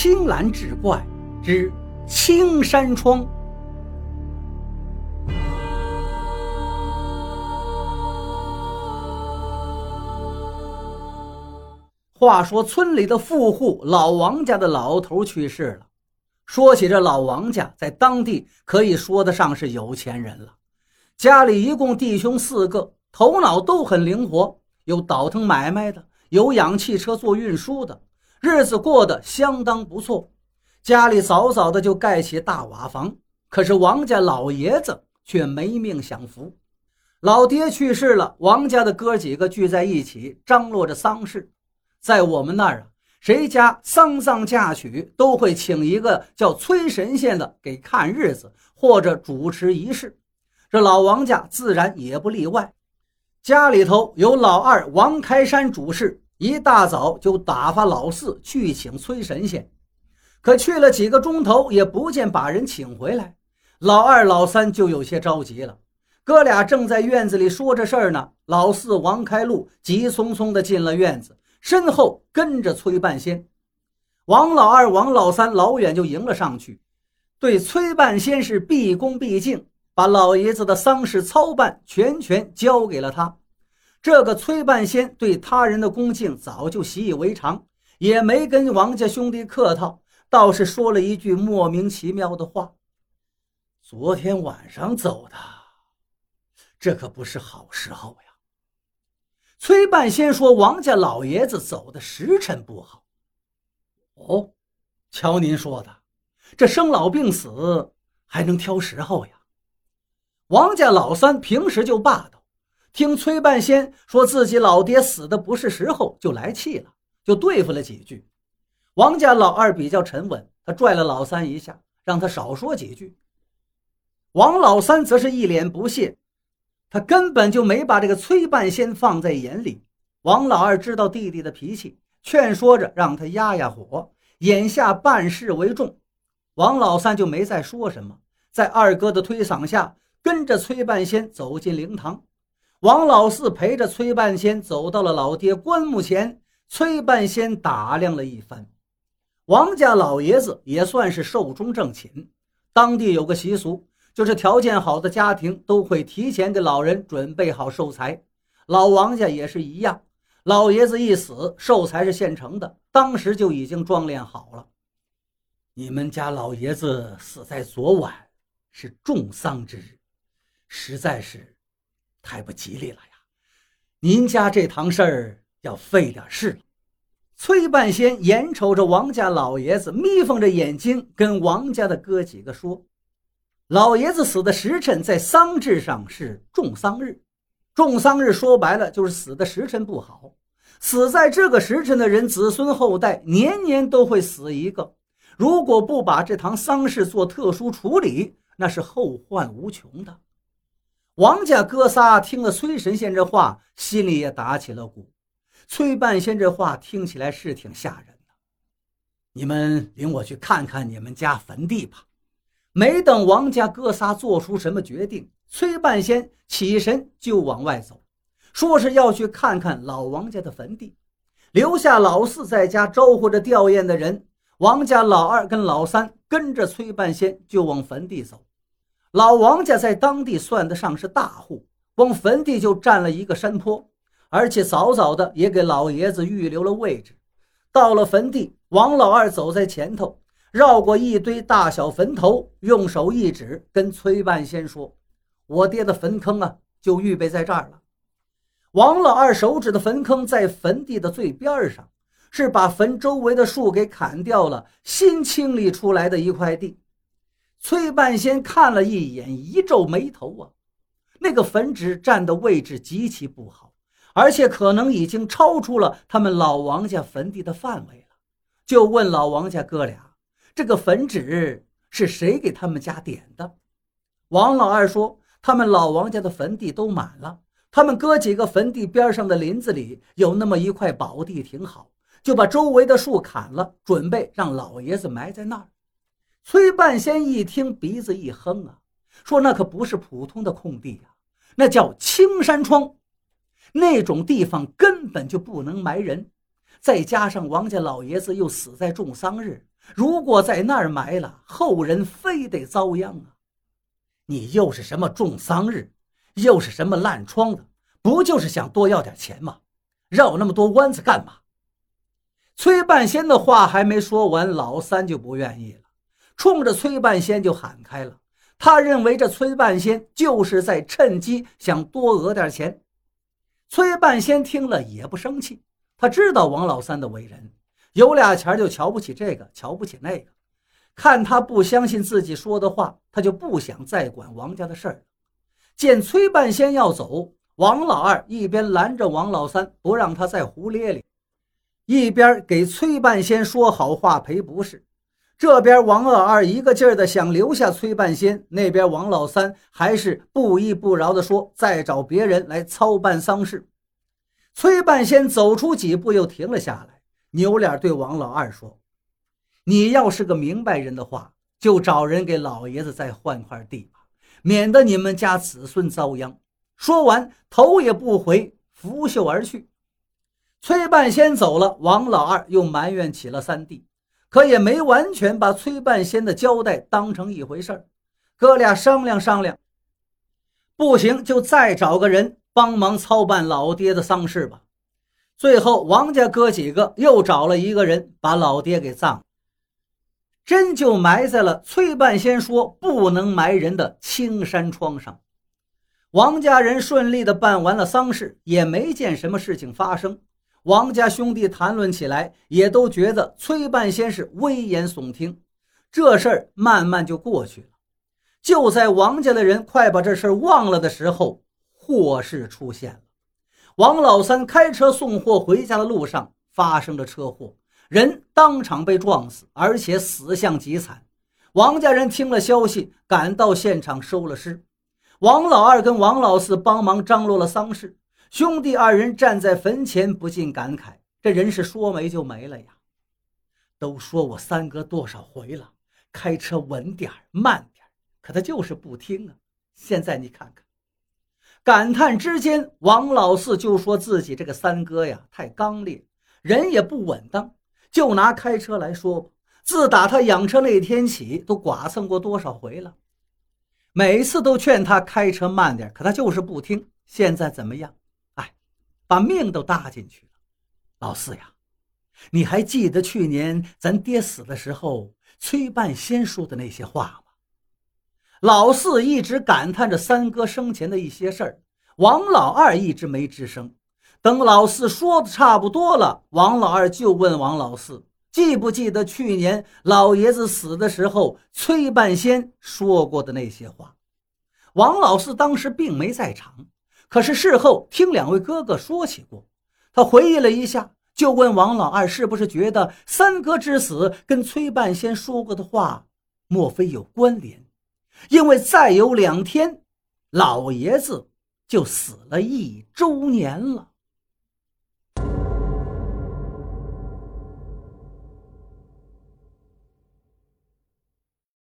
青蓝志怪之青山窗。话说村里的富户老王家的老头去世了。说起这老王家，在当地可以说得上是有钱人了。家里一共弟兄4个，头脑都很灵活，有倒腾买卖的，有养汽车做运输的，日子过得相当不错。家里早早的就盖起大瓦房，可是王家老爷子却没命享福。老爹去世了，王家的哥几个聚在一起张罗着丧事。在我们那儿谁家丧葬嫁娶都会请一个叫崔神仙的给看日子或者主持仪式，这老王家自然也不例外。家里头有老二王开山主事，一大早就打发老4去请崔神仙，可去了几个钟头也不见把人请回来。老2老3就有些着急了，哥俩正在院子里说着事儿呢，老4王开路急匆匆地进了院子，身后跟着崔半仙。王老2王老3老远就迎了上去，对崔半仙是毕恭毕敬，把老爷子的丧事操办全交给了他。这个崔半仙对他人的恭敬早就习以为常，也没跟王家兄弟客套，倒是说了一句莫名其妙的话：昨天晚上走的，这可不是好时候呀。崔半仙说王家老爷子走的时辰不好。哦，瞧您说的，这生老病死还能挑时候呀？王家老3平时就霸道，听崔半仙说自己老爹死的不是时候就来气了，就对付了几句。王家老2比较沉稳，他拽了老3一下，让他少说几句。王老3则是一脸不屑，他根本就没把这个崔半仙放在眼里。王老2知道弟弟的脾气，劝说着让他压压火，眼下办事为重。王老3就没再说什么，在二哥的推搡下跟着崔半仙走进灵堂。王老4陪着崔半仙走到了老爹棺木前，崔半仙打量了一番。王家老爷子也算是寿终正寝，当地有个习俗，就是条件好的家庭都会提前给老人准备好寿材。老王家也是一样，老爷子一死，寿材是现成的，当时就已经装殓好了。你们家老爷子死在昨晚，是重丧之日，实在是太不吉利了呀，您家这堂事儿要费点事了。崔半仙眼瞅着王家老爷子，眯缝着眼睛跟王家的哥几个说，老爷子死的时辰在丧制上是重丧日，重丧日说白了就是死的时辰不好，死在这个时辰的人子孙后代年年都会死一个，如果不把这堂丧事做特殊处理，那是后患无穷的。王家哥仨听了崔神仙这话，心里也打起了鼓。崔半仙这话听起来是挺吓人的，你们领我去看看你们家坟地吧。没等王家哥仨做出什么决定，崔半仙起身就往外走，说是要去看看老王家的坟地，留下老4在家招呼着吊唁的人。王家老2跟老3跟着崔半仙就往坟地走。老王家在当地算得上是大户，光坟地就占了一个山坡，而且早早的也给老爷子预留了位置。到了坟地，王老2走在前头，绕过一堆大小坟头，用手一指，跟崔半仙说，我爹的坟坑就预备在这儿了。王老2手指的坟坑在坟地的最边上，是把坟周围的树给砍掉了，新清理出来的一块地。崔半仙看了一眼，一皱眉头那个坟址站的位置极其不好，而且可能已经超出了他们老王家坟地的范围了。就问老王家哥俩，这个坟址是谁给他们家点的？王老2说，他们老王家的坟地都满了，他们哥几个坟地边上的林子里有那么一块宝地挺好，就把周围的树砍了，准备让老爷子埋在那儿。崔半仙一听，鼻子一哼说那可不是普通的空地那叫青山窗，那种地方根本就不能埋人，再加上王家老爷子又死在重丧日， 如果在那儿埋了，后人非得遭殃啊！你又是什么重丧日，又是什么烂疮的，不就是想多要点钱吗？绕那么多弯子干嘛？崔半仙的话还没说完，老三就不愿意了，冲着崔半仙就喊开了。他认为这崔半仙就是在趁机想多讹点钱。崔半仙听了也不生气，他知道王老三的为人，有俩钱就瞧不起这个，瞧不起那个。看他不相信自己说的话，他就不想再管王家的事儿。见崔半仙要走，王老二一边拦着王老三不让他再胡咧咧，一边给崔半仙说好话赔不是。这边王老二一个劲儿的想留下崔半仙，那边王老三还是不依不饶的说再找别人来操办丧事。崔半仙走出几步又停了下来，扭脸对王老二说：你要是个明白人的话，就找人给老爷子再换块地吧，免得你们家子孙遭殃。说完头也不回，拂袖而去。崔半仙走了，王老二又埋怨起了三弟，可也没完全把崔半仙的交代当成一回事儿。哥俩商量商量，不行就再找个人帮忙操办老爹的丧事吧。最后王家哥几个又找了一个人把老爹给葬了，真就埋在了崔半仙说不能埋人的青山窗上。王家人顺利地办完了丧事，也没见什么事情发生。王家兄弟谈论起来，也都觉得崔半仙是危言耸听。这事儿慢慢就过去了。就在王家的人快把这事儿忘了的时候，祸事出现了。王老三开车送货回家的路上发生了车祸，人当场被撞死，而且死相极惨。王家人听了消息，赶到现场收了尸。王老二跟王老四帮忙张罗了丧事，兄弟二人站在坟前不禁感慨，这人是说没就没了呀。都说我三哥多少回了，开车稳点慢点，可他就是不听啊。现在你看看。感叹之间，王老四就说自己这个三哥呀太刚烈，人也不稳当。就拿开车来说吧，自打他养车那天起，都剐蹭过多少回了。每次都劝他开车慢点，可他就是不听。现在怎么样？把命都搭进去了。老四呀，你还记得去年咱爹死的时候崔半仙说的那些话吗？老四一直感叹着三哥生前的一些事儿，王老二一直没吱声。等老四说的差不多了，王老二就问王老四，记不记得去年老爷子死的时候崔半仙说过的那些话？王老四当时并没在场，可是事后听两位哥哥说起过。他回忆了一下，就问王老二是不是觉得三哥之死跟崔半仙说过的话莫非有关联，因为再有2天老爷子就死了1周年了。